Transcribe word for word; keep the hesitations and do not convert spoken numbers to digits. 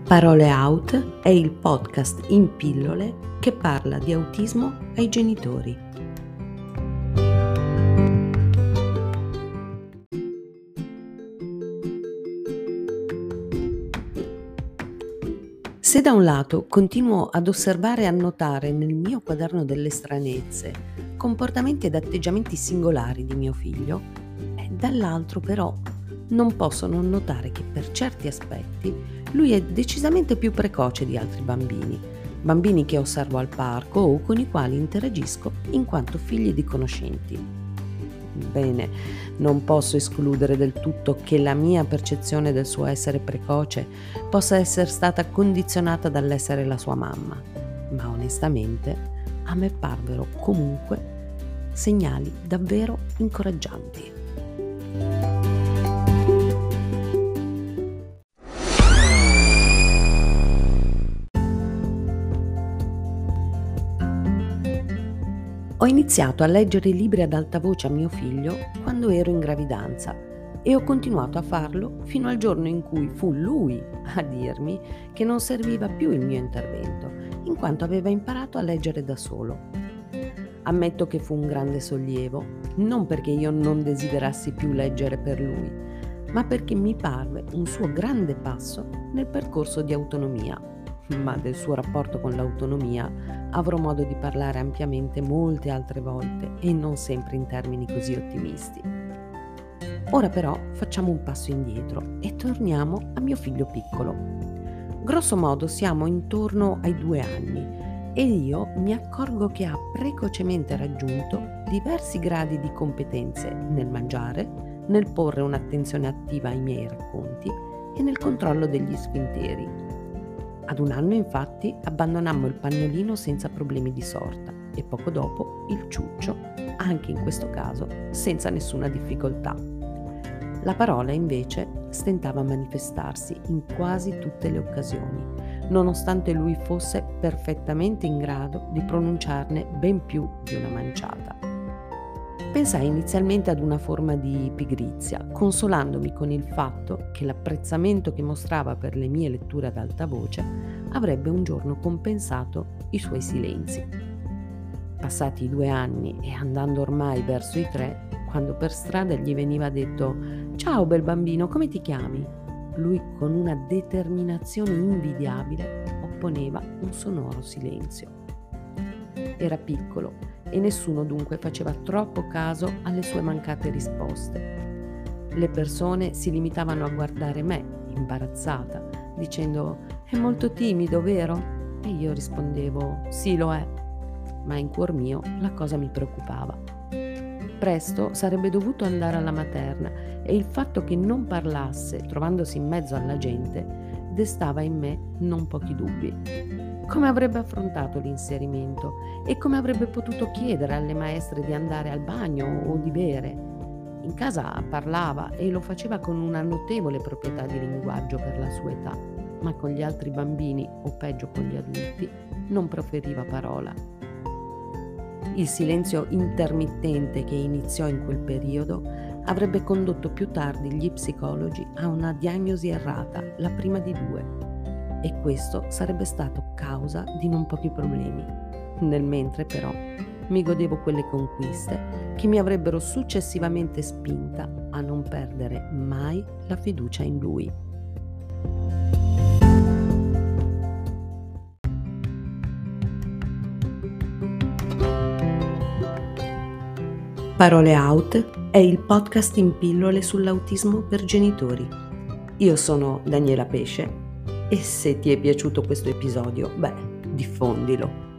Parole Out è il podcast in pillole che parla di autismo ai genitori. Se da un lato continuo ad osservare e annotare nel mio quaderno delle stranezze comportamenti ed atteggiamenti singolari di mio figlio, eh, dall'altro però non posso non notare che per certi aspetti lui è decisamente più precoce di altri bambini, bambini che osservo al parco o con i quali interagisco in quanto figli di conoscenti. Bene, non posso escludere del tutto che la mia percezione del suo essere precoce possa essere stata condizionata dall'essere la sua mamma, ma onestamente a me parvero comunque segnali davvero incoraggianti. Ho iniziato a leggere libri ad alta voce a mio figlio quando ero in gravidanza e ho continuato a farlo fino al giorno in cui fu lui a dirmi che non serviva più il mio intervento, in quanto aveva imparato a leggere da solo. Ammetto che fu un grande sollievo, non perché io non desiderassi più leggere per lui, ma perché mi parve un suo grande passo nel percorso di autonomia. Ma del suo rapporto con l'autonomia avrò modo di parlare ampiamente molte altre volte e non sempre in termini così ottimisti. Ora però facciamo un passo indietro e torniamo a mio figlio piccolo. Grosso modo siamo intorno ai due anni e io mi accorgo che ha precocemente raggiunto diversi gradi di competenze nel mangiare, nel porre un'attenzione attiva ai miei racconti e nel controllo degli sfinteri. Ad un anno infatti abbandonammo il pannolino senza problemi di sorta e poco dopo il ciuccio, anche in questo caso senza nessuna difficoltà. La parola invece stentava a manifestarsi in quasi tutte le occasioni, nonostante lui fosse perfettamente in grado di pronunciarne ben più di una manciata. Pensai inizialmente ad una forma di pigrizia, consolandomi con il fatto che l'apprezzamento che mostrava per le mie letture ad alta voce avrebbe un giorno compensato i suoi silenzi. Passati i due anni e andando ormai verso i tre, quando per strada gli veniva detto «Ciao bel bambino, come ti chiami?», lui con una determinazione invidiabile opponeva un sonoro silenzio. Era piccolo e nessuno dunque faceva troppo caso alle sue mancate risposte. Le persone si limitavano a guardare me, imbarazzata, dicendo «È molto timido, vero?» E io rispondevo «Sì, lo è», ma in cuor mio la cosa mi preoccupava. Presto sarebbe dovuto andare alla materna e il fatto che non parlasse, trovandosi in mezzo alla gente, destava in me non pochi dubbi. Come avrebbe affrontato l'inserimento e come avrebbe potuto chiedere alle maestre di andare al bagno o di bere? In casa parlava e lo faceva con una notevole proprietà di linguaggio per la sua età, ma con gli altri bambini, o peggio con gli adulti, non proferiva parola. Il silenzio intermittente che iniziò in quel periodo avrebbe condotto più tardi gli psicologi a una diagnosi errata, la prima di due. E questo sarebbe stato causa di non pochi problemi. Nel mentre però mi godevo quelle conquiste che mi avrebbero successivamente spinta a non perdere mai la fiducia in lui. Parole Out è il podcast in pillole sull'autismo per genitori. Io sono Daniela Pesce. E se ti è piaciuto questo episodio, beh, diffondilo.